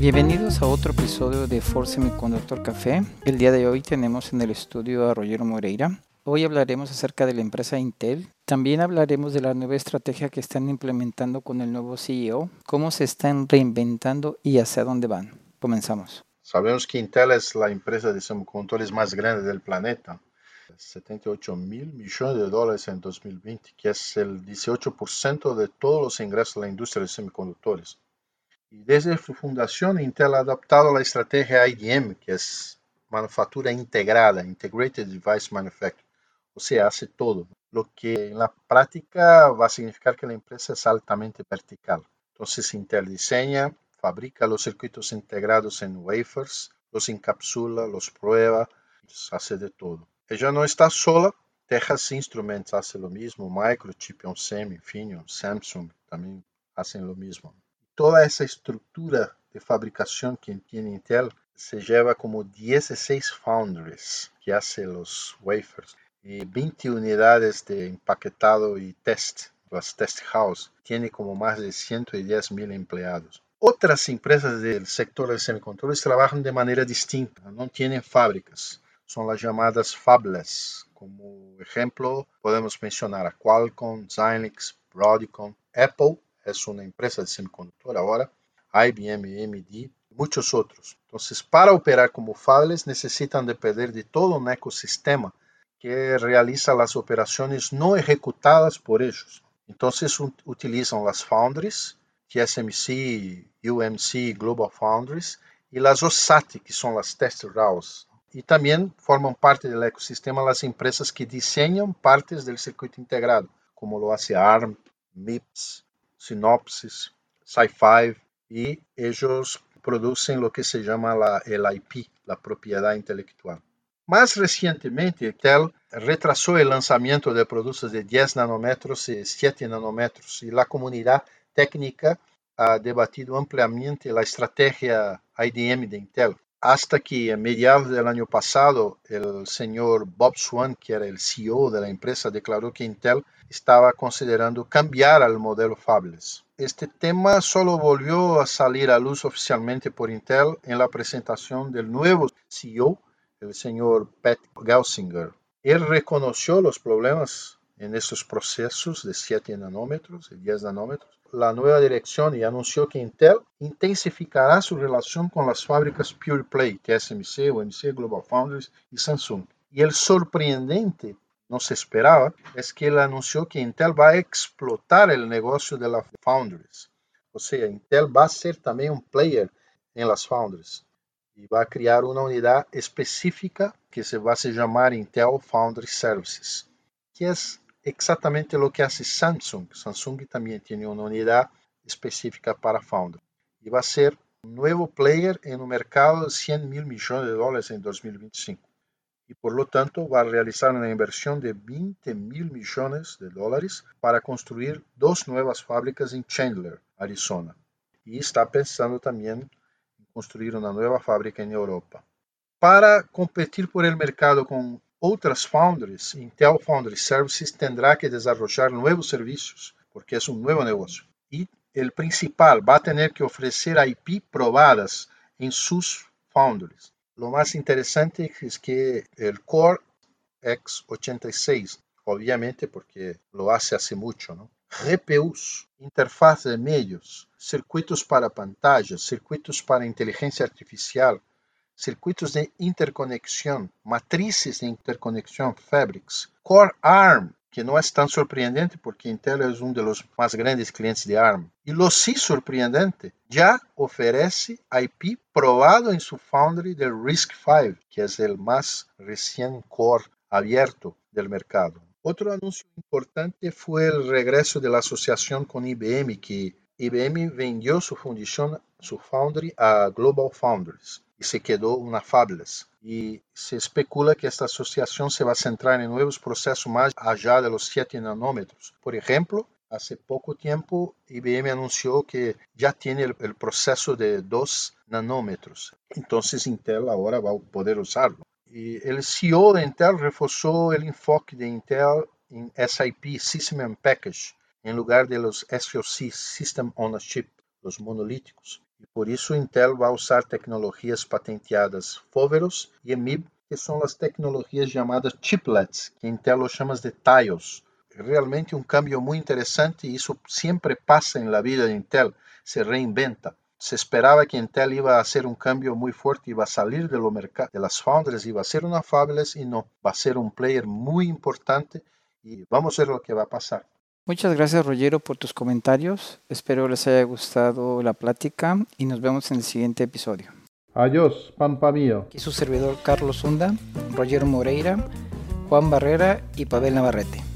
Bienvenidos a otro episodio de Ford Semiconductor Café. El día de hoy tenemos en el estudio a Rogero Moreira. Hoy hablaremos acerca de la empresa Intel. También hablaremos de la nueva estrategia que están implementando con el nuevo CEO, cómo se están reinventando y hacia dónde van. Comenzamos. Sabemos que Intel es la empresa de semiconductores más grande del planeta. 78 mil millones de dólares en 2020, que es el 18% de todos los ingresos de la industria de semiconductores. Y desde su fundación, Intel ha adoptado la estrategia IDM, que es manufactura integrada, Integrated Device Manufacturing, o sea, hace todo, lo que en la práctica va a significar que la empresa es altamente vertical. Entonces, Intel diseña, fabrica los circuitos integrados en wafers, los encapsula, los prueba, hace de todo. Ella no está sola. Texas Instruments hace lo mismo, Microchip, Onsemi, Infineon, Samsung también hacen lo mismo. Toda esa estructura de fabricación que tiene Intel se lleva como 16 foundries que hacen los wafers y 20 unidades de empaquetado y test, las test house. Tiene como más de 110,000 empleados. Otras empresas del sector de semiconductores trabajan de manera distinta, no tienen fábricas, son las llamadas fabless. Como ejemplo, podemos mencionar a Qualcomm, Xilinx, Broadcom, Apple es una empresa de semiconductor ahora, IBM, AMD, muchos otros. Entonces, para operar como fabless necesitan depender de todo un ecosistema que realiza las operaciones no ejecutadas por ellos. Entonces, utilizan las foundries, TSMC, UMC, Global Foundries, y las OSAT, que son las test rows. Y también forman parte del ecosistema las empresas que diseñan partes del circuito integrado, como lo hace ARM, MIPS, Synopsys, Sci5, y ellos producen lo que se llama el IP, la propiedad intelectual. Más recientemente, Intel retrasó el lanzamiento de productos de 10 nanómetros y 7 nanómetros, y la comunidad técnica ha debatido ampliamente la estrategia IDM de Intel, hasta que a mediados del año pasado el señor Bob Swan, que era el CEO de la empresa, declaró que Intel estaba considerando cambiar al modelo fabless. Este tema solo volvió a salir a luz oficialmente por Intel en la presentación del nuevo CEO, el señor Pat Gelsinger. Él reconoció los problemas en estos procesos de 7 nanómetros y 10 nanómetros, la nueva dirección, y anunció que Intel intensificará su relación con las fábricas Pure Play, TSMC, UMC, Global Foundries y Samsung. Y el sorprendente, no se esperaba, es que él anunció que Intel va a explotar el negocio de las foundries. O sea, Intel va a ser también un player en las foundries y va a crear una unidad específica que se va a llamar Intel Foundry Services, que es exactamente lo que hace Samsung. Samsung también tiene una unidad específica para Foundry. Y va a ser un nuevo player en un mercado de 100 mil millones de dólares en 2025. Y por lo tanto va a realizar una inversión de 20 mil millones de dólares para construir 2 nuevas fábricas en Chandler, Arizona. Y está pensando también en construir una nueva fábrica en Europa. Para competir por el mercado con otras foundries, Intel Foundry Services tendrá que desarrollar nuevos servicios, porque es un nuevo negocio. Y el principal, va a tener que ofrecer IP probadas en sus foundries. Lo más interesante es que el Core X86, obviamente porque lo hace mucho, ¿no? GPUs, interfaz de medios, circuitos para pantallas, circuitos para inteligencia artificial, circuitos de interconexión, matrices de interconexión, fabrics, Core ARM, que no es tan sorprendente porque Intel es uno de los más grandes clientes de ARM. Y lo sí sorprendente, ya ofrece IP probado en su foundry del RISC-V, que es el más recién core abierto del mercado. Otro anuncio importante fue el regreso de la asociación con IBM, que IBM vendió su foundry a Global Foundries y se quedó una fabless. Y se especula que esta asociación se va a centrar en nuevos procesos más allá de los 7 nanómetros. Por ejemplo, hace poco tiempo IBM anunció que ya tiene el proceso de 2 nanómetros. Entonces Intel ahora va a poder usarlo. Y el CEO de Intel reforzó el enfoque de Intel en SIP, System and Package, en lugar de los SoC, System on a Chip, los monolíticos. Y por eso Intel va a usar tecnologías patenteadas Foveros y EMIB, que son las tecnologías llamadas chiplets, que Intel lo llama de TIOS. Realmente un cambio muy interesante y eso siempre pasa en la vida de Intel, se reinventa. Se esperaba que Intel iba a hacer un cambio muy fuerte, iba a salir de, de las foundries, iba a ser una fabless y no, va a ser un player muy importante y vamos a ver lo que va a pasar. Muchas gracias, Rogero, por tus comentarios. Espero les haya gustado la plática y nos vemos en el siguiente episodio. Adiós, pampa mío. Aquí su servidor Carlos Hunda, Rogero Moreira, Juan Barrera y Pavel Navarrete.